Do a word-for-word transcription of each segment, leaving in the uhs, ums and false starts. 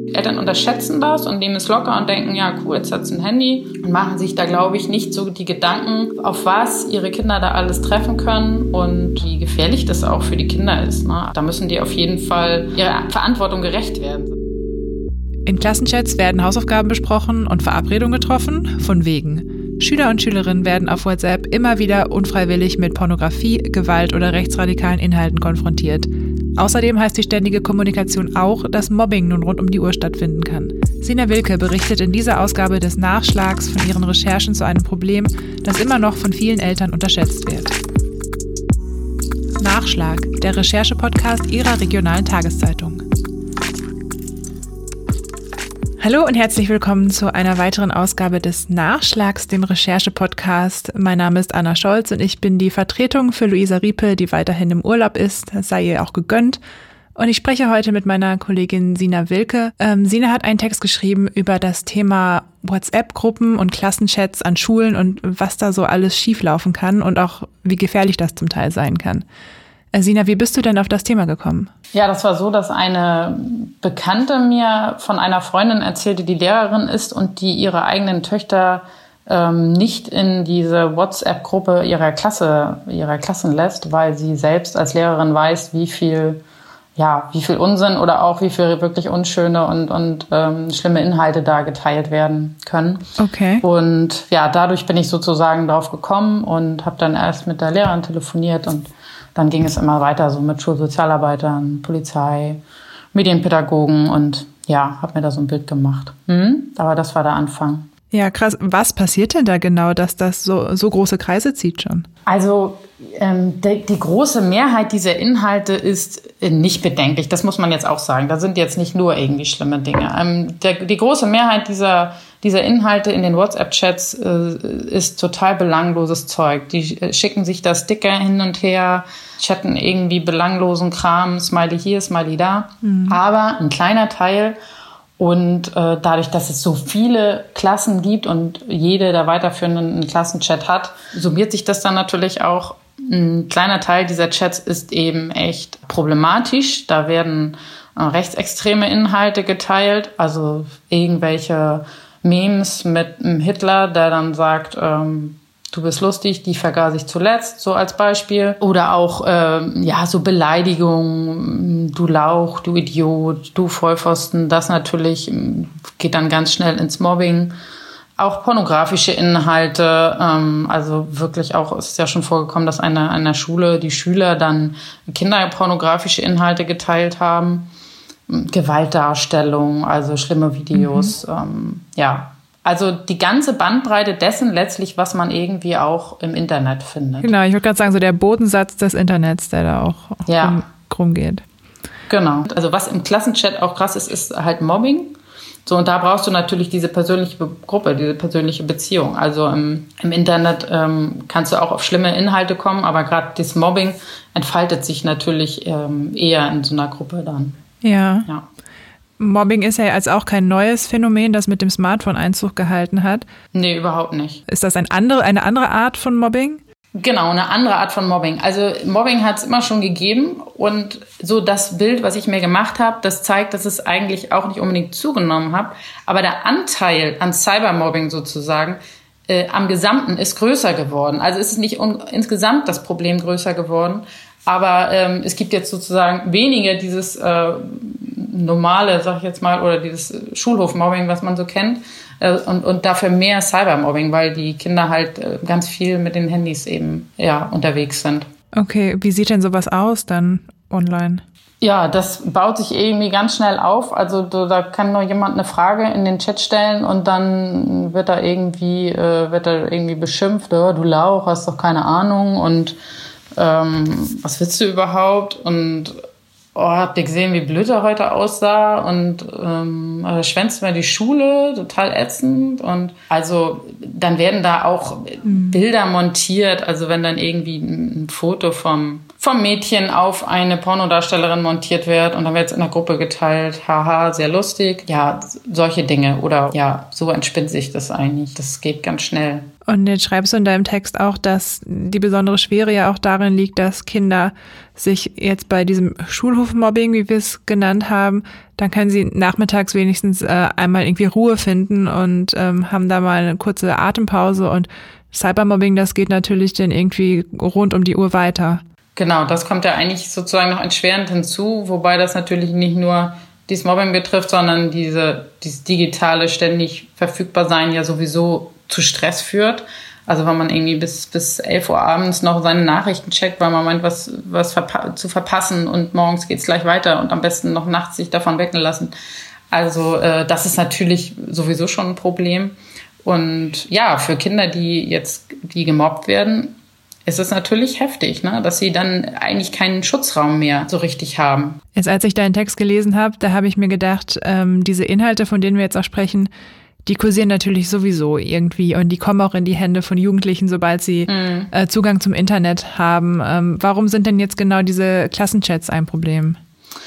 Eltern unterschätzen das und nehmen es locker und denken, ja cool, jetzt hat es ein Handy und machen sich da, glaube ich, nicht so die Gedanken, auf was ihre Kinder da alles treffen können und wie gefährlich das auch für die Kinder ist. Ne? Da müssen die auf jeden Fall ihrer Verantwortung gerecht werden. In Klassenchats werden Hausaufgaben besprochen und Verabredungen getroffen, von wegen. Schüler und Schülerinnen werden auf WhatsApp immer wieder unfreiwillig mit Pornografie, Gewalt oder rechtsradikalen Inhalten konfrontiert. Außerdem heißt die ständige Kommunikation auch, dass Mobbing nun rund um die Uhr stattfinden kann. Sina Wilke berichtet in dieser Ausgabe des Nachschlags von ihren Recherchen zu einem Problem, das immer noch von vielen Eltern unterschätzt wird. Nachschlag, der Recherche-Podcast ihrer regionalen Tageszeitung. Hallo und herzlich willkommen zu einer weiteren Ausgabe des Nachschlags, dem Recherche-Podcast. Mein Name ist Anna Scholz und ich bin die Vertretung für Luisa Riepe, die weiterhin im Urlaub ist. Das sei ihr auch gegönnt. Und ich spreche heute mit meiner Kollegin Sina Wilke. Ähm, Sina hat einen Text geschrieben über das Thema WhatsApp-Gruppen und Klassenchats an Schulen und was da so alles schieflaufen kann und auch wie gefährlich das zum Teil sein kann. Sina, wie bist du denn auf das Thema gekommen? Ja, das war so, dass eine Bekannte mir von einer Freundin erzählte, die Lehrerin ist und die ihre eigenen Töchter ähm, nicht in diese WhatsApp-Gruppe ihrer Klasse, ihrer Klassen lässt, weil sie selbst als Lehrerin weiß, wie viel, ja, wie viel Unsinn oder auch wie viel wirklich unschöne und, und ähm, schlimme Inhalte da geteilt werden können. Okay. Und ja, dadurch bin ich sozusagen drauf gekommen und habe dann erst mit der Lehrerin telefoniert und dann ging es immer weiter so mit Schulsozialarbeitern, Polizei, Medienpädagogen und ja, habe mir da so ein Bild gemacht. Mhm. Aber das war der Anfang. Ja, krass. Was passiert denn da genau, dass das so, so große Kreise zieht schon? Also ähm, die, die große Mehrheit dieser Inhalte ist äh, nicht bedenklich. Das muss man jetzt auch sagen. Da sind jetzt nicht nur irgendwie schlimme Dinge. Ähm, der, die große Mehrheit dieser, dieser Inhalte in den WhatsApp-Chats äh, ist total belangloses Zeug. Die äh, schicken sich da Sticker hin und her, chatten irgendwie belanglosen Kram, Smiley hier, Smiley da. Mhm. Aber ein kleiner Teil. Und äh, dadurch, dass es so viele Klassen gibt und jede der weiterführenden einen Klassenchat hat, summiert sich das dann natürlich auch. Ein kleiner Teil dieser Chats ist eben echt problematisch. Da werden äh, rechtsextreme Inhalte geteilt, also irgendwelche Memes mit einem Hitler, der dann sagt, ähm, du bist lustig, die vergaß ich zuletzt, so als Beispiel. Oder auch ähm, ja so Beleidigungen, du Lauch, du Idiot, du Vollpfosten. Das natürlich geht dann ganz schnell ins Mobbing. Auch pornografische Inhalte, ähm, also wirklich auch, es ist ja schon vorgekommen, dass an einer, einer Schule die Schüler dann kinderpornografische Inhalte geteilt haben. Gewaltdarstellung, also schlimme Videos, mhm. ähm, ja. Also die ganze Bandbreite dessen letztlich, was man irgendwie auch im Internet findet. Genau, ich würde gerade sagen, so der Bodensatz des Internets, der da auch ja. rum, rumgeht. Genau. Also was im Klassenchat auch krass ist, ist halt Mobbing. So, und da brauchst du natürlich diese persönliche Gruppe, diese persönliche Beziehung. Also im, im Internet ähm, kannst du auch auf schlimme Inhalte kommen, aber gerade das Mobbing entfaltet sich natürlich ähm, eher in so einer Gruppe dann. Ja. Ja. Mobbing ist ja jetzt auch kein neues Phänomen, das mit dem Smartphone Einzug gehalten hat. Nee, überhaupt nicht. Ist das ein andere, eine andere Art von Mobbing? Genau, eine andere Art von Mobbing. Also Mobbing hat es immer schon gegeben und so das Bild, was ich mir gemacht habe, das zeigt, dass es eigentlich auch nicht unbedingt zugenommen hat. Aber der Anteil an Cybermobbing sozusagen äh, am Gesamten ist größer geworden. Also ist es nicht un- insgesamt das Problem größer geworden, aber ähm, es gibt jetzt sozusagen weniger dieses äh, normale, sag ich jetzt mal, oder dieses Schulhofmobbing, was man so kennt, äh, und, und dafür mehr Cybermobbing, weil die Kinder halt äh, ganz viel mit den Handys eben ja unterwegs sind. Okay, wie sieht denn sowas aus dann online? Ja, das baut sich irgendwie ganz schnell auf. Also da kann nur jemand eine Frage in den Chat stellen und dann wird da irgendwie äh, wird da irgendwie beschimpft, oh, du Lauch, hast doch keine Ahnung und ähm, was willst du überhaupt? Und oh, habt ihr gesehen, wie blöd er heute aussah? Und ähm, schwänzt mal die Schule, total ätzend. Und also dann werden da auch mhm. Bilder montiert. Also wenn dann irgendwie ein Foto vom vom Mädchen auf eine Pornodarstellerin montiert wird und dann wird es in der Gruppe geteilt. Haha, sehr lustig. Ja, solche Dinge. Oder ja, so entspinnt sich das eigentlich. Das geht ganz schnell. Und jetzt schreibst du in deinem Text auch, dass die besondere Schwere ja auch darin liegt, dass Kinder sich jetzt bei diesem Schulhofmobbing, wie wir es genannt haben, dann können sie nachmittags wenigstens äh, einmal irgendwie Ruhe finden und ähm, haben da mal eine kurze Atempause. Und Cybermobbing, das geht natürlich dann irgendwie rund um die Uhr weiter. Genau, das kommt ja eigentlich sozusagen noch entschwerend hinzu, wobei das natürlich nicht nur dieses Mobbing betrifft, sondern diese, dieses digitale ständig verfügbar sein ja sowieso zu Stress führt. Also wenn man irgendwie bis bis elf Uhr abends noch seine Nachrichten checkt, weil man meint, was was verpa- zu verpassen und morgens geht's gleich weiter und am besten noch nachts sich davon wecken lassen. Also äh, das ist natürlich sowieso schon ein Problem. Und ja, für Kinder, die jetzt die gemobbt werden, ist es natürlich heftig, ne? Dass sie dann eigentlich keinen Schutzraum mehr so richtig haben. Jetzt, als ich deinen Text gelesen habe, da habe ich mir gedacht, ähm, diese Inhalte, von denen wir jetzt auch sprechen, die kursieren natürlich sowieso irgendwie und die kommen auch in die Hände von Jugendlichen, sobald sie mm. äh, Zugang zum Internet haben. Ähm, warum sind denn jetzt genau diese Klassenchats ein Problem?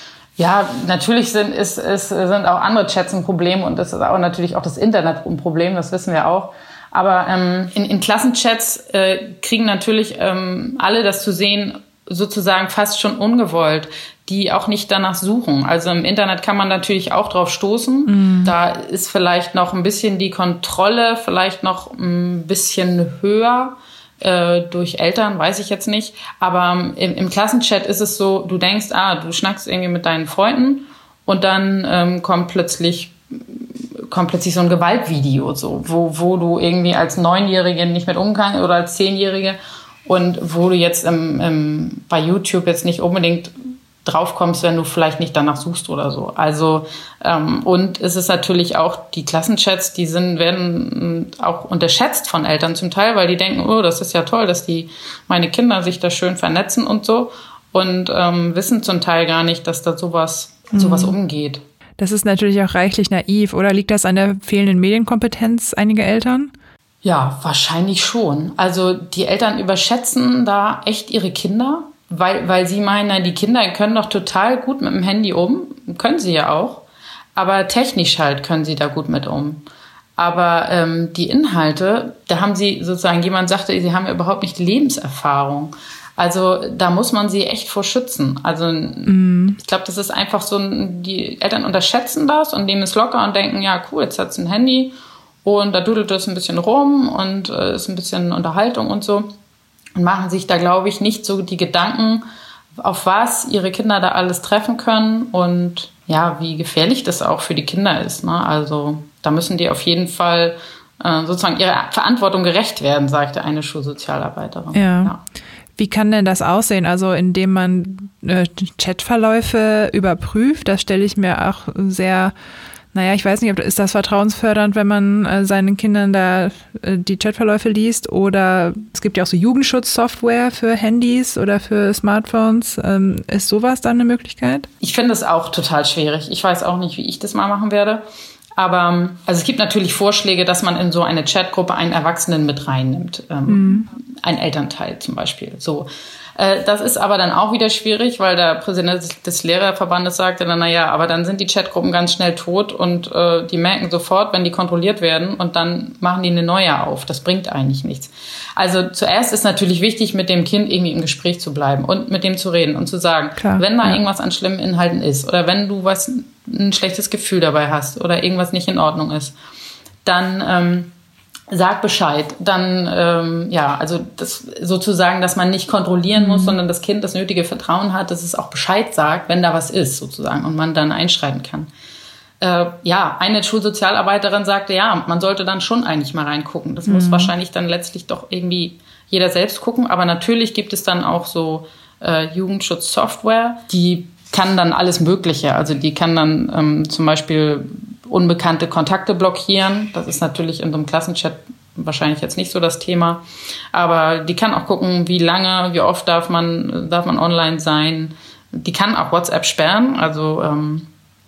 Ja, natürlich sind, ist, ist, sind auch andere Chats ein Problem und es ist auch natürlich auch das Internet ein Problem, das wissen wir auch. Aber ähm, in, in Klassenchats äh, kriegen natürlich ähm, alle das zu sehen, sozusagen fast schon ungewollt, die auch nicht danach suchen. Also im Internet kann man natürlich auch drauf stoßen. Mhm. Da ist vielleicht noch ein bisschen die Kontrolle, vielleicht noch ein bisschen höher äh, durch Eltern, weiß ich jetzt nicht. Aber im, im Klassenchat ist es so, du denkst, ah, du schnackst irgendwie mit deinen Freunden und dann ähm, kommt plötzlich kommt plötzlich so ein Gewaltvideo, so, wo, wo du irgendwie als Neunjährige nicht mit umgehst oder als Zehnjährige und wo du jetzt im, im, bei YouTube jetzt nicht unbedingt drauf kommst, wenn du vielleicht nicht danach suchst oder so. Also ähm, und es ist natürlich auch die Klassenchats, die sind werden auch unterschätzt von Eltern zum Teil, weil die denken, oh, das ist ja toll, dass die meine Kinder sich da schön vernetzen und so und ähm, wissen zum Teil gar nicht, dass da sowas mhm. sowas umgeht. Das ist natürlich auch reichlich naiv, oder liegt das an der fehlenden Medienkompetenz einiger Eltern? Ja, wahrscheinlich schon. Also die Eltern überschätzen da echt ihre Kinder, weil, weil sie meinen, na, die Kinder können doch total gut mit dem Handy um. Können sie ja auch. Aber technisch halt können sie da gut mit um. Aber ähm, die Inhalte, da haben sie sozusagen, jemand sagte, sie haben ja überhaupt nicht die Lebenserfahrung. Also da muss man sie echt vor schützen. Also mm. ich glaube, das ist einfach so, die Eltern unterschätzen das und nehmen es locker und denken, ja cool, jetzt hat sie ein Handy und da dudelt es ein bisschen rum und äh, ist ein bisschen Unterhaltung und so. Und machen sich da, glaube ich, nicht so die Gedanken, auf was ihre Kinder da alles treffen können und ja, wie gefährlich das auch für die Kinder ist. Ne? Also da müssen die auf jeden Fall äh, sozusagen ihrer Verantwortung gerecht werden, sagte eine Schulsozialarbeiterin. Ja. ja. Wie kann denn das aussehen? Also indem man äh, Chatverläufe überprüft, das stelle ich mir auch sehr, naja, ich weiß nicht, ob ist das vertrauensfördernd, wenn man äh, seinen Kindern da äh, die Chatverläufe liest, oder es gibt ja auch so Jugendschutzsoftware für Handys oder für Smartphones. Ähm, ist sowas dann eine Möglichkeit? Ich finde es auch total schwierig. Ich weiß auch nicht, wie ich das mal machen werde. Aber also es gibt natürlich Vorschläge, dass man in so eine Chatgruppe einen Erwachsenen mit reinnimmt. Ähm, mhm. Ein Elternteil zum Beispiel. So. Äh, das ist aber dann auch wieder schwierig, weil der Präsident des, des Lehrerverbandes sagte dann, naja, aber dann sind die Chatgruppen ganz schnell tot und äh, die merken sofort, wenn die kontrolliert werden und dann machen die eine neue auf. Das bringt eigentlich nichts. Also zuerst ist natürlich wichtig, mit dem Kind irgendwie im Gespräch zu bleiben und mit dem zu reden und zu sagen, Klar, wenn da ja. irgendwas an schlimmen Inhalten ist oder wenn du was ein schlechtes Gefühl dabei hast oder irgendwas nicht in Ordnung ist, dann ähm, sag Bescheid. Dann, ähm, ja, also das sozusagen, dass man nicht kontrollieren muss, mhm. sondern das Kind das nötige Vertrauen hat, dass es auch Bescheid sagt, wenn da was ist, sozusagen, und man dann einschreiten kann. Äh, ja, eine Schulsozialarbeiterin sagte, ja, man sollte dann schon eigentlich mal reingucken. Das mhm. muss wahrscheinlich dann letztlich doch irgendwie jeder selbst gucken. Aber natürlich gibt es dann auch so äh, Jugendschutzsoftware, die kann dann alles Mögliche. Also die kann dann ähm, zum Beispiel unbekannte Kontakte blockieren. Das ist natürlich in so einem Klassenchat wahrscheinlich jetzt nicht so das Thema. Aber die kann auch gucken, wie lange, wie oft darf man, darf man online sein. Die kann auch WhatsApp sperren, also ähm,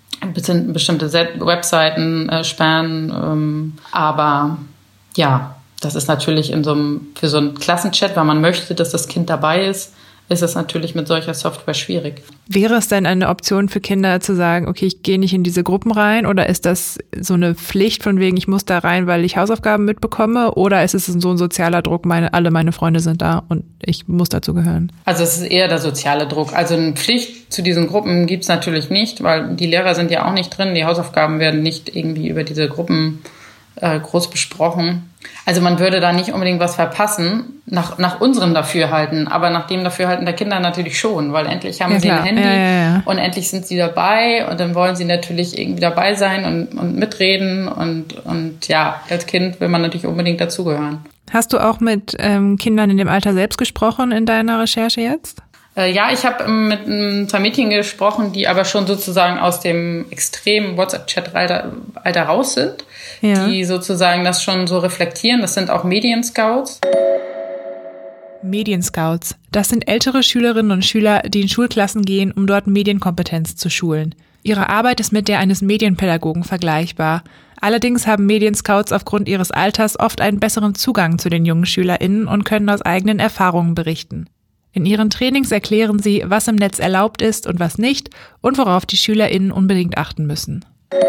bestimmte Webseiten äh, sperren. Ähm, aber ja, das ist natürlich in so einem, für so einen Klassenchat, weil man möchte, dass das Kind dabei ist, ist es natürlich mit solcher Software schwierig. Wäre es denn eine Option für Kinder zu sagen, okay, ich gehe nicht in diese Gruppen rein, oder ist das so eine Pflicht von wegen, ich muss da rein, weil ich Hausaufgaben mitbekomme, oder ist es so ein sozialer Druck, meine, alle meine Freunde sind da und ich muss dazu gehören? Also es ist eher der soziale Druck. Also eine Pflicht zu diesen Gruppen gibt's natürlich nicht, weil die Lehrer sind ja auch nicht drin, die Hausaufgaben werden nicht irgendwie über diese Gruppen äh, groß besprochen. Also man würde da nicht unbedingt was verpassen, nach, nach unserem Dafürhalten, aber nach dem Dafürhalten der Kinder natürlich schon, weil endlich haben ja, sie klar. ein Handy ja, ja, ja. und endlich sind sie dabei und dann wollen sie natürlich irgendwie dabei sein und, und mitreden und, und ja, als Kind will man natürlich unbedingt dazugehören. Hast du auch mit ähm, Kindern in dem Alter selbst gesprochen in deiner Recherche jetzt? Äh, ja, ich habe ähm, mit ähm, zwei Mädchen gesprochen, die aber schon sozusagen aus dem extremen WhatsApp-Chat-Alter Alter raus sind. Ja. Die sozusagen das schon so reflektieren. Das sind auch Medienscouts. Medienscouts. Das sind ältere Schülerinnen und Schüler, die in Schulklassen gehen, um dort Medienkompetenz zu schulen. Ihre Arbeit ist mit der eines Medienpädagogen vergleichbar. Allerdings haben Medienscouts aufgrund ihres Alters oft einen besseren Zugang zu den jungen SchülerInnen und können aus eigenen Erfahrungen berichten. In ihren Trainings erklären sie, was im Netz erlaubt ist und was nicht und worauf die SchülerInnen unbedingt achten müssen.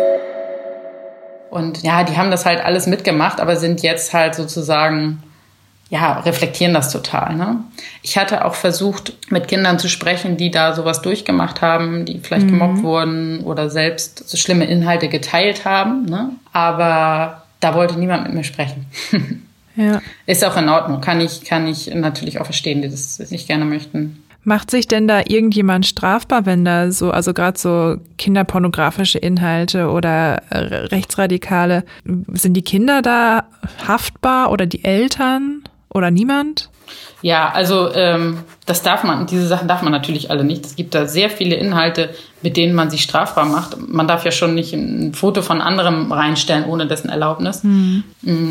Und ja, die haben das halt alles mitgemacht, aber sind jetzt halt sozusagen, ja, reflektieren das total, ne? Ich hatte auch versucht, mit Kindern zu sprechen, die da sowas durchgemacht haben, die vielleicht mhm. gemobbt wurden oder selbst so schlimme Inhalte geteilt haben, ne? Aber da wollte niemand mit mir sprechen. Ja. Ist auch in Ordnung, kann ich, kann ich natürlich auch verstehen, die das nicht gerne möchten. Macht sich denn da irgendjemand strafbar, wenn da so, also gerade so kinderpornografische Inhalte oder Rechtsradikale, sind die Kinder da haftbar oder die Eltern oder niemand? Ja, also ähm, das darf man, diese Sachen darf man natürlich alle nicht. Es gibt da sehr viele Inhalte, mit denen man sich strafbar macht. Man darf ja schon nicht ein Foto von anderem reinstellen, ohne dessen Erlaubnis. Mhm.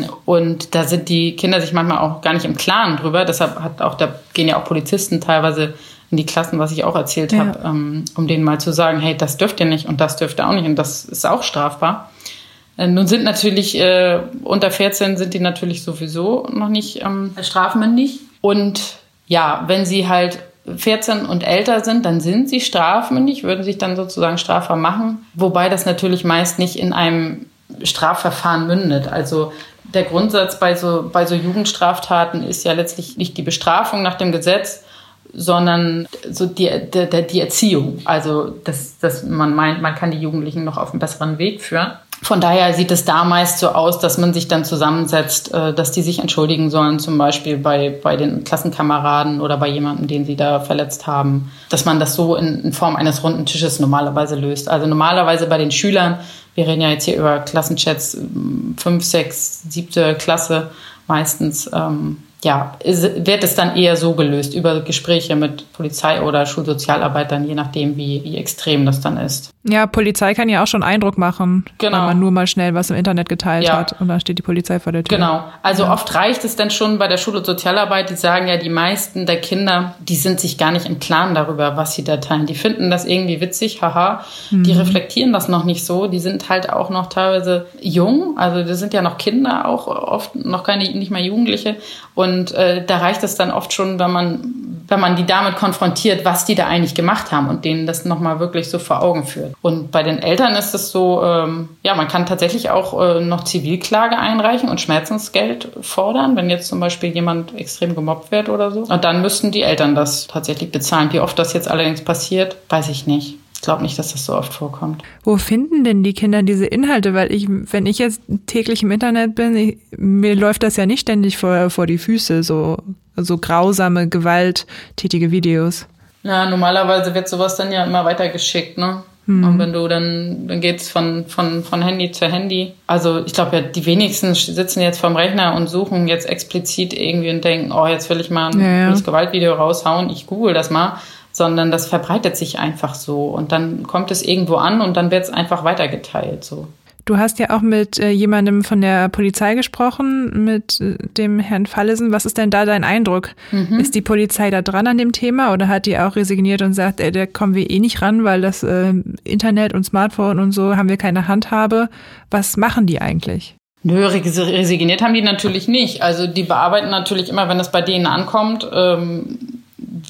Und da sind die Kinder sich manchmal auch gar nicht im Klaren drüber. Deshalb hat auch, da gehen ja auch Polizisten teilweise in die Klassen, was ich auch erzählt ja. habe, ähm, um denen mal zu sagen, hey, das dürft ihr nicht und das dürft ihr auch nicht und das ist auch strafbar. Äh, nun sind natürlich, äh, unter vierzehn sind die natürlich sowieso noch nicht ähm, strafmündig. Und ja, wenn sie halt vierzehn und älter sind, dann sind sie strafmündig, würden sich dann sozusagen strafbar machen. Wobei das natürlich meist nicht in einem Strafverfahren mündet. Also der Grundsatz bei so, bei so Jugendstraftaten ist ja letztlich nicht die Bestrafung nach dem Gesetz, sondern so die, die, die Erziehung. Also dass, dass man meint, man kann die Jugendlichen noch auf einen besseren Weg führen. Von daher sieht es da meist so aus, dass man sich dann zusammensetzt, dass die sich entschuldigen sollen, zum Beispiel bei, bei den Klassenkameraden oder bei jemandem, den sie da verletzt haben. Dass man das so in, in Form eines runden Tisches normalerweise löst. Also normalerweise bei den Schülern, wir reden ja jetzt hier über Klassenchats, fünf, sechs, siebte Klasse meistens, ähm, ja, wird es dann eher so gelöst, über Gespräche mit Polizei oder Schulsozialarbeitern, je nachdem, wie, wie extrem das dann ist. Ja, Polizei kann ja auch schon Eindruck machen, genau. Wenn man nur mal schnell was im Internet geteilt ja. hat und dann steht die Polizei vor der Tür. Genau, also ja. oft reicht es dann schon bei der Schul- und Sozialarbeit, die sagen ja, die meisten der Kinder, die sind sich gar nicht im Klaren darüber, was sie da teilen. Die finden das irgendwie witzig, haha, mhm. die reflektieren das noch nicht so, die sind halt auch noch teilweise jung, also das sind ja noch Kinder, auch oft noch keine, nicht mal Jugendliche. Und äh, da reicht es dann oft schon, wenn man, wenn man die damit konfrontiert, was die da eigentlich gemacht haben und denen das nochmal wirklich so vor Augen führt. Und bei den Eltern ist es so, ähm, ja, man kann tatsächlich auch äh, noch Zivilklage einreichen und Schmerzensgeld fordern, wenn jetzt zum Beispiel jemand extrem gemobbt wird oder so. Und dann müssten die Eltern das tatsächlich bezahlen. Wie oft das jetzt allerdings passiert, weiß ich nicht. Ich glaube nicht, dass das so oft vorkommt. Wo finden denn die Kinder diese Inhalte? Weil ich, wenn ich jetzt täglich im Internet bin, ich, mir läuft das ja nicht ständig vor, vor die Füße, so, so grausame, gewalttätige Videos. Ja, normalerweise wird sowas dann ja immer weitergeschickt, ne? Hm. Und wenn du dann, dann geht's von, von, von Handy zu Handy. Also ich glaube ja, die wenigsten sitzen jetzt vorm Rechner und suchen jetzt explizit irgendwie und denken, oh, jetzt will ich mal ein ja, ja. Gewaltvideo raushauen, ich google das mal. Sondern das verbreitet sich einfach so und dann kommt es irgendwo an und dann wird es einfach weitergeteilt so. Du hast ja auch mit äh, jemandem von der Polizei gesprochen, mit äh, dem Herrn Fallesen. Was ist denn da dein Eindruck? Mhm. Ist die Polizei da dran an dem Thema oder hat die auch resigniert und sagt, ey, da kommen wir eh nicht ran, weil das äh, Internet und Smartphone und so haben wir keine Handhabe. Was machen die eigentlich? Nö, resigniert haben die natürlich nicht. Also die bearbeiten natürlich immer, wenn es bei denen ankommt, ähm,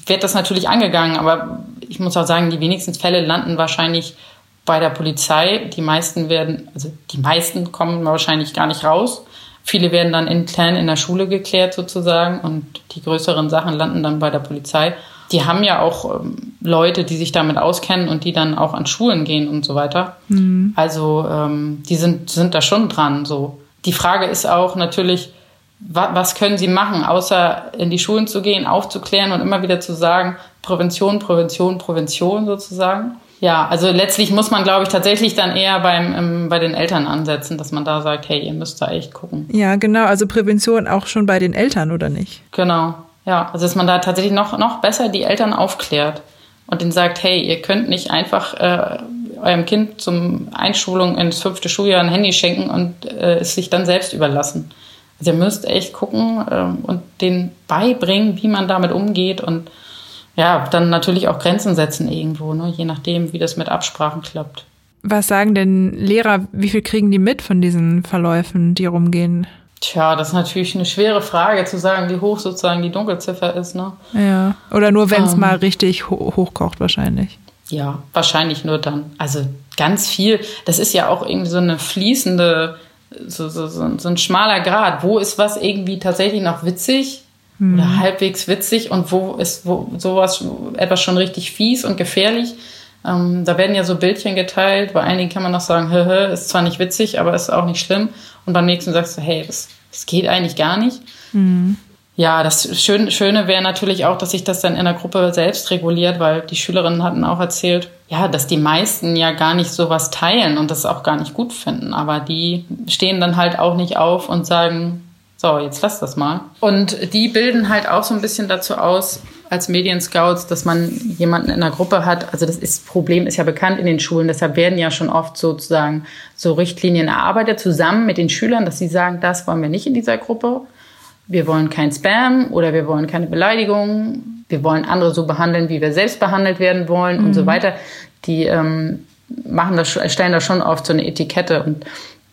wird das natürlich angegangen. Aber ich muss auch sagen, die wenigsten Fälle landen wahrscheinlich bei der Polizei. Die meisten werden, also die meisten kommen wahrscheinlich gar nicht raus. Viele werden dann intern in der Schule geklärt sozusagen und die größeren Sachen landen dann bei der Polizei. Die haben ja auch ähm, Leute, die sich damit auskennen und die dann auch an Schulen gehen und so weiter. Mhm. Also ähm, die sind, sind da schon dran. So. Die Frage ist auch natürlich, wa- was können sie machen, außer in die Schulen zu gehen, aufzuklären und immer wieder zu sagen, Prävention, Prävention, Prävention sozusagen. Ja, also letztlich muss man, glaube ich, tatsächlich dann eher beim, ähm, bei den Eltern ansetzen, dass man da sagt, hey, ihr müsst da echt gucken. Ja, genau, also Prävention auch schon bei den Eltern, oder nicht? Genau, ja, also dass man da tatsächlich noch, noch besser die Eltern aufklärt und denen sagt, hey, ihr könnt nicht einfach äh, eurem Kind zum Einschulung ins fünfte Schuljahr ein Handy schenken und äh, es sich dann selbst überlassen. Also ihr müsst echt gucken äh, und denen beibringen, wie man damit umgeht und ja, dann natürlich auch Grenzen setzen irgendwo, ne? Je nachdem, wie das mit Absprachen klappt. Was sagen denn Lehrer, wie viel kriegen die mit von diesen Verläufen, die rumgehen? Tja, das ist natürlich eine schwere Frage, zu sagen, wie hoch sozusagen die Dunkelziffer ist, ne? Ja, oder nur, wenn es ähm, mal richtig ho- hochkocht wahrscheinlich. Ja, wahrscheinlich nur dann. Also ganz viel, das ist ja auch irgendwie so eine fließende, so, so, so, so ein schmaler Grat. Wo ist was irgendwie tatsächlich noch witzig? Oder halbwegs witzig und wo ist wo sowas etwas schon richtig fies und gefährlich. Ähm, da werden ja so Bildchen geteilt. Bei einigen kann man noch sagen, hö, hö, ist zwar nicht witzig, aber ist auch nicht schlimm. Und beim nächsten sagst du, hey, das, das geht eigentlich gar nicht. Mhm. Ja, das Schöne, Schöne wäre natürlich auch, dass sich das dann in der Gruppe selbst reguliert, weil die Schülerinnen hatten auch erzählt, ja, dass die meisten ja gar nicht sowas teilen und das auch gar nicht gut finden. Aber die stehen dann halt auch nicht auf und sagen, so, jetzt lass das mal. Und die bilden halt auch so ein bisschen dazu aus, als Medienscouts, dass man jemanden in der Gruppe hat. Also das ist, Problem ist ja bekannt in den Schulen. Deshalb werden ja schon oft sozusagen so Richtlinien erarbeitet, zusammen mit den Schülern, dass sie sagen, das wollen wir nicht in dieser Gruppe. Wir wollen kein Spam oder wir wollen keine Beleidigung. Wir wollen andere so behandeln, wie wir selbst behandelt werden wollen mhm. und so weiter. Die ähm, machen das, stellen da schon oft so eine Etikette. Und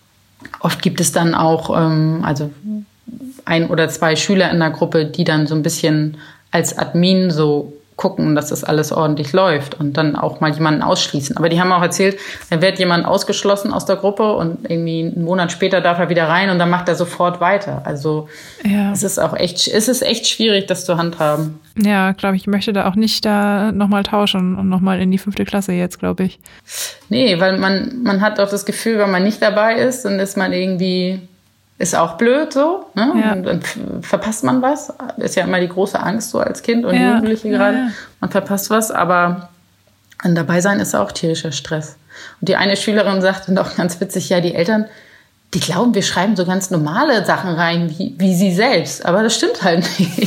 oft gibt es dann auch, ähm, also ein oder zwei Schüler in der Gruppe, die dann so ein bisschen als Admin so gucken, dass das alles ordentlich läuft und dann auch mal jemanden ausschließen. Aber die haben auch erzählt, dann wird jemand ausgeschlossen aus der Gruppe und irgendwie einen Monat später darf er wieder rein und dann macht er sofort weiter. Also ja. es ist auch echt, es ist echt schwierig, das zu handhaben. Ja, glaube ich, ich möchte da auch nicht da nochmal tauschen und nochmal in die fünfte Klasse jetzt, glaube ich. Nee, weil man, man hat auch das Gefühl, wenn man nicht dabei ist, dann ist man irgendwie... Ist auch blöd so, ne? Ja. Und dann verpasst man was. Ist ja immer die große Angst so als Kind und ja. Jugendliche gerade. Ja. Man verpasst was, aber dabei sein ist auch tierischer Stress. Und die eine Schülerin sagte noch ganz witzig, ja, die Eltern, die glauben, wir schreiben so ganz normale Sachen rein, wie, wie sie selbst. Aber das stimmt halt nicht.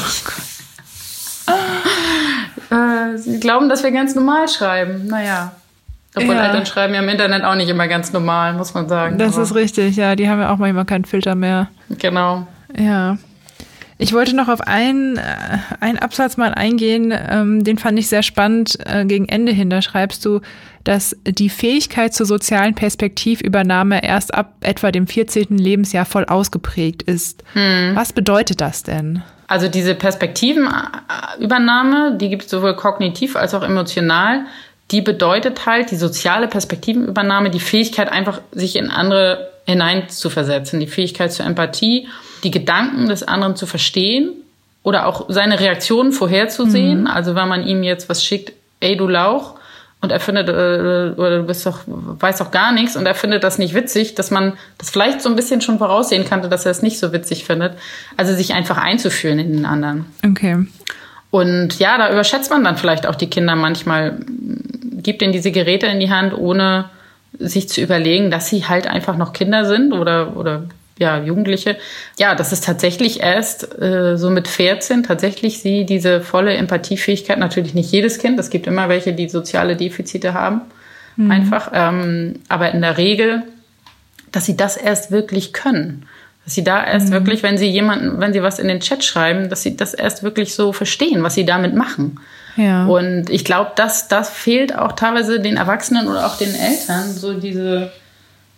äh, sie glauben, dass wir ganz normal schreiben. Naja. Obwohl ja. Eltern schreiben ja im Internet auch nicht immer ganz normal, muss man sagen. Das Aber ist richtig, ja. Die haben ja auch manchmal keinen Filter mehr. Genau. Ja. Ich wollte noch auf einen, einen Absatz mal eingehen, ähm, den fand ich sehr spannend äh, gegen Ende hin. Da schreibst du, dass die Fähigkeit zur sozialen Perspektivübernahme erst ab etwa dem vierzehnten Lebensjahr voll ausgeprägt ist. Hm. Was bedeutet das denn? Also diese Perspektivenübernahme, die gibt es sowohl kognitiv als auch emotional. Die bedeutet halt, die soziale Perspektivenübernahme, die Fähigkeit einfach, sich in andere hineinzuversetzen, die Fähigkeit zur Empathie, die Gedanken des anderen zu verstehen oder auch seine Reaktionen vorherzusehen. Mhm. Also wenn man ihm jetzt was schickt, ey du Lauch, und er findet, äh, oder du bist doch, weißt doch gar nichts und er findet das nicht witzig, dass man das vielleicht so ein bisschen schon voraussehen kannte, dass er es nicht so witzig findet. Also sich einfach einzufühlen in den anderen. Okay. Und ja, da überschätzt man dann vielleicht auch die Kinder manchmal, gibt ihnen diese Geräte in die Hand, ohne sich zu überlegen, dass sie halt einfach noch Kinder sind oder, oder ja, Jugendliche. Ja, das ist tatsächlich erst äh, so mit vierzehn tatsächlich sie diese volle Empathiefähigkeit, natürlich nicht jedes Kind, es gibt immer welche, die soziale Defizite haben, mhm. einfach, ähm, aber in der Regel, dass sie das erst wirklich können. Dass sie da erst mhm. wirklich, wenn sie jemanden, wenn sie was in den Chat schreiben, dass sie das erst wirklich so verstehen, was sie damit machen. Ja. Und ich glaube, dass das fehlt auch teilweise den Erwachsenen oder auch den Eltern, so diese,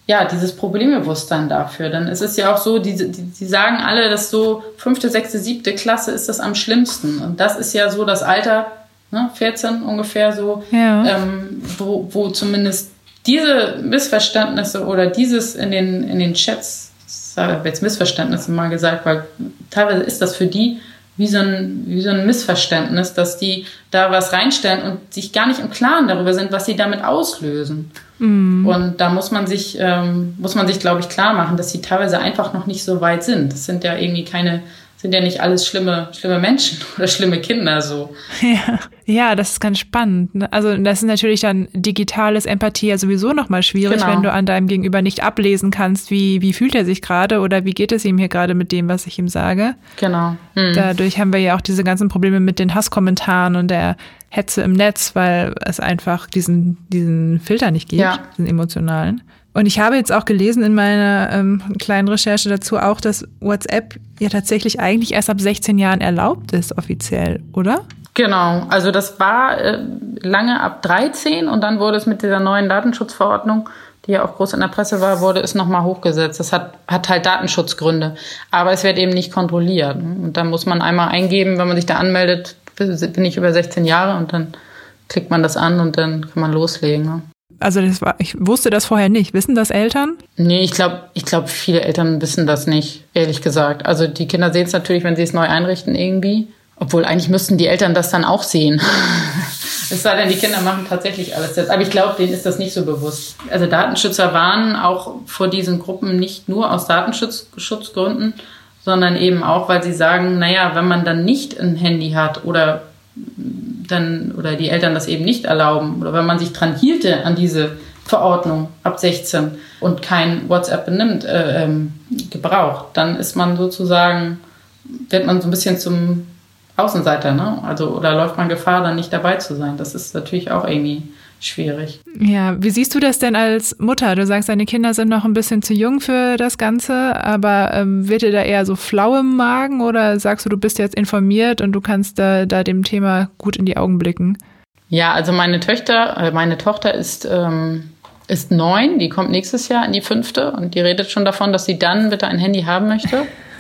ja, dieses Problembewusstsein dafür. Dann ist es ja auch so, die, die, die sagen alle, dass so fünfte, sechste, siebte Klasse ist das am schlimmsten. Und das ist ja so das Alter, ne, vierzehn ungefähr so, ja. ähm, wo, wo zumindest diese Missverständnisse oder dieses in den, in den Chats, ich habe jetzt Missverständnisse mal gesagt, weil teilweise ist das für die wie so ein, wie so ein Missverständnis, dass die da was reinstellen und sich gar nicht im Klaren darüber sind, was sie damit auslösen. Mm. Und da muss man sich, ähm, muss man sich, glaube ich, klar machen, dass sie teilweise einfach noch nicht so weit sind. Das sind ja irgendwie keine, sind ja nicht alles schlimme, schlimme Menschen oder schlimme Kinder so. Ja, ja, das ist ganz spannend. Also das ist natürlich dann digitales Empathie ja sowieso nochmal schwierig, genau. wenn du an deinem Gegenüber nicht ablesen kannst, wie, wie fühlt er sich gerade oder wie geht es ihm hier gerade mit dem, was ich ihm sage. Genau. Hm. Dadurch haben wir ja auch diese ganzen Probleme mit den Hasskommentaren und der Hetze im Netz, weil es einfach diesen, diesen Filter nicht gibt, ja. diesen emotionalen. Und ich habe jetzt auch gelesen in meiner ähm, kleinen Recherche dazu auch, dass WhatsApp ja tatsächlich eigentlich erst ab sechzehn Jahren erlaubt ist, offiziell, oder? Genau, also das war äh, lange ab dreizehn und dann wurde es mit dieser neuen Datenschutzverordnung, die ja auch groß in der Presse war, wurde es nochmal hochgesetzt. Das hat, hat halt Datenschutzgründe, aber es wird eben nicht kontrolliert. Und dann muss man einmal eingeben, wenn man sich da anmeldet, bin ich über sechzehn Jahre und dann klickt man das an und dann kann man loslegen. Ne? Also das war, ich wusste das vorher nicht. Wissen das Eltern? Nee, ich glaube, ich glaube, viele Eltern wissen das nicht, ehrlich gesagt. Also die Kinder sehen es natürlich, wenn sie es neu einrichten irgendwie. Obwohl, eigentlich müssten die Eltern das dann auch sehen. Es sei denn, die Kinder machen tatsächlich alles jetzt. Aber ich glaube, denen ist das nicht so bewusst. Also Datenschützer warnen auch vor diesen Gruppen nicht nur aus Datenschutzgründen, sondern eben auch, weil sie sagen, naja, wenn man dann nicht ein Handy hat oder dann oder die Eltern das eben nicht erlauben oder wenn man sich dran hielte an diese Verordnung ab sechzehn und kein WhatsApp benimmt, äh, ähm, gebraucht, dann ist man sozusagen, wird man so ein bisschen zum Außenseiter, ne? Also oder läuft man Gefahr, dann nicht dabei zu sein. Das ist natürlich auch irgendwie schwierig. Ja, wie siehst du das denn als Mutter? Du sagst, deine Kinder sind noch ein bisschen zu jung für das Ganze, aber ähm, wird dir da eher so flau im Magen oder sagst du, du bist jetzt informiert und du kannst da, da dem Thema gut in die Augen blicken? Ja, also meine Töchter, äh, meine Tochter ist, ähm, ist neun, die kommt nächstes Jahr in die fünfte und die redet schon davon, dass sie dann bitte ein Handy haben möchte.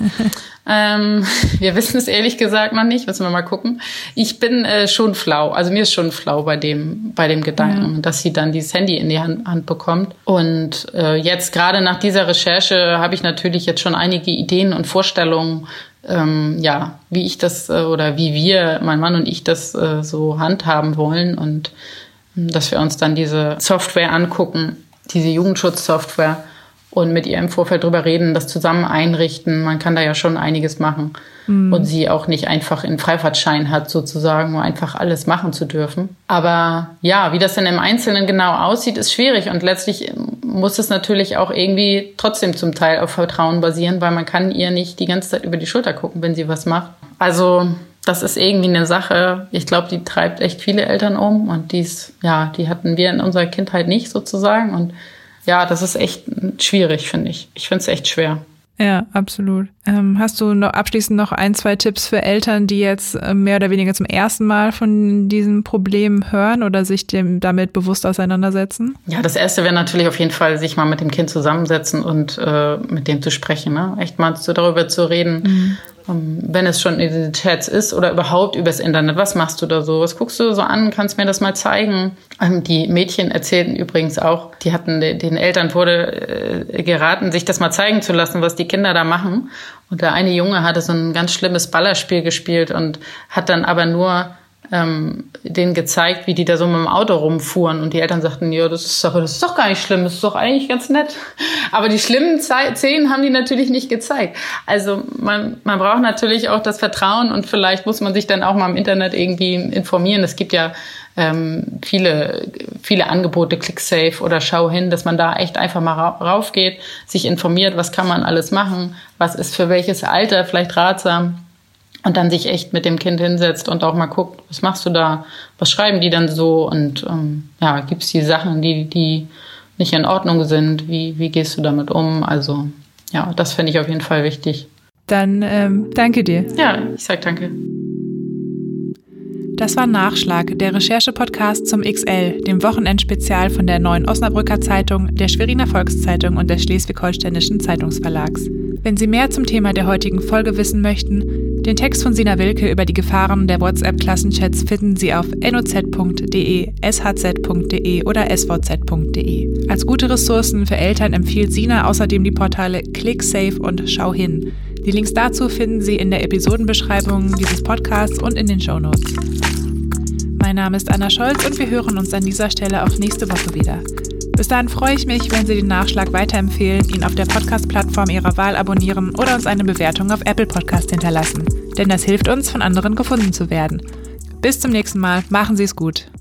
ähm, wir wissen es ehrlich gesagt noch nicht, müssen wir mal gucken. Ich bin äh, schon flau, also mir ist schon flau bei dem, bei dem Gedanken, ja. dass sie dann dieses Handy in die Hand, Hand bekommt. Und äh, jetzt gerade nach dieser Recherche habe ich natürlich jetzt schon einige Ideen und Vorstellungen, ähm, ja, wie ich das äh, oder wie wir, mein Mann und ich, das äh, so handhaben wollen und äh, dass wir uns dann diese Software angucken, diese Jugendschutzsoftware und mit ihr im Vorfeld drüber reden, das zusammen einrichten. Man kann da ja schon einiges machen. Mhm. Und sie auch nicht einfach einen Freifahrtschein hat, sozusagen, um einfach alles machen zu dürfen. Aber ja, wie das denn im Einzelnen genau aussieht, ist schwierig. Und letztlich muss es natürlich auch irgendwie trotzdem zum Teil auf Vertrauen basieren, weil man kann ihr nicht die ganze Zeit über die Schulter gucken, wenn sie was macht. Also das ist irgendwie eine Sache, ich glaube, die treibt echt viele Eltern um. Und dies, ja, die hatten wir in unserer Kindheit nicht sozusagen. Und ja, das ist echt schwierig, finde ich. Ich finde es echt schwer. Ja, absolut. Ähm, hast du noch abschließend noch ein, zwei Tipps für Eltern, die jetzt äh, mehr oder weniger zum ersten Mal von diesem Problem hören oder sich dem damit bewusst auseinandersetzen? Ja, das Erste wäre natürlich auf jeden Fall, sich mal mit dem Kind zusammensetzen und äh, mit dem zu sprechen, ne? Echt mal so darüber zu reden, mhm. um, wenn es schon in den Chats ist oder überhaupt übers Internet. Was machst du da so? Was guckst du so an? Kannst mir das mal zeigen? Ähm, die Mädchen erzählten übrigens auch, die hatten, den Eltern wurde äh, geraten, sich das mal zeigen zu lassen, was die Kinder da machen. Und der eine Junge hatte so ein ganz schlimmes Ballerspiel gespielt und hat dann aber nur ähm, denen gezeigt, wie die da so mit dem Auto rumfuhren. Und die Eltern sagten, ja, das ist doch, das ist doch gar nicht schlimm, das ist doch eigentlich ganz nett. Aber die schlimmen Szenen haben die natürlich nicht gezeigt. Also man, man braucht natürlich auch das Vertrauen und vielleicht muss man sich dann auch mal im Internet irgendwie informieren. Es gibt ja ähm, viele, viele Angebote, ClickSafe oder Schau hin, dass man da echt einfach mal raufgeht, sich informiert, was kann man alles machen, was ist für welches Alter vielleicht ratsam und dann sich echt mit dem Kind hinsetzt und auch mal guckt, was machst du da, was schreiben die dann so und ähm, ja, gibt's die Sachen, die, die nicht in Ordnung sind, wie, wie gehst du damit um, also ja, das finde ich auf jeden Fall wichtig. Dann ähm, danke dir. Ja, ich sag danke. Das war Nachschlag, der Recherche-Podcast zum X L, dem Wochenendspezial von der Neuen Osnabrücker Zeitung, der Schweriner Volkszeitung und des Schleswig-Holsteinischen Zeitungsverlags. Wenn Sie mehr zum Thema der heutigen Folge wissen möchten, den Text von Sina Wilke über die Gefahren der WhatsApp-Klassenchats finden Sie auf noz punkt de, shz punkt de oder svz punkt de. Als gute Ressourcen für Eltern empfiehlt Sina außerdem die Portale ClickSafe und Schau hin. Die Links dazu finden Sie in der Episodenbeschreibung dieses Podcasts und in den Shownotes. Mein Name ist Anna Scholz und wir hören uns an dieser Stelle auch nächste Woche wieder. Bis dahin freue ich mich, wenn Sie den Nachschlag weiterempfehlen, ihn auf der Podcast-Plattform Ihrer Wahl abonnieren oder uns eine Bewertung auf Apple Podcast hinterlassen. Denn das hilft uns, von anderen gefunden zu werden. Bis zum nächsten Mal. Machen Sie es gut.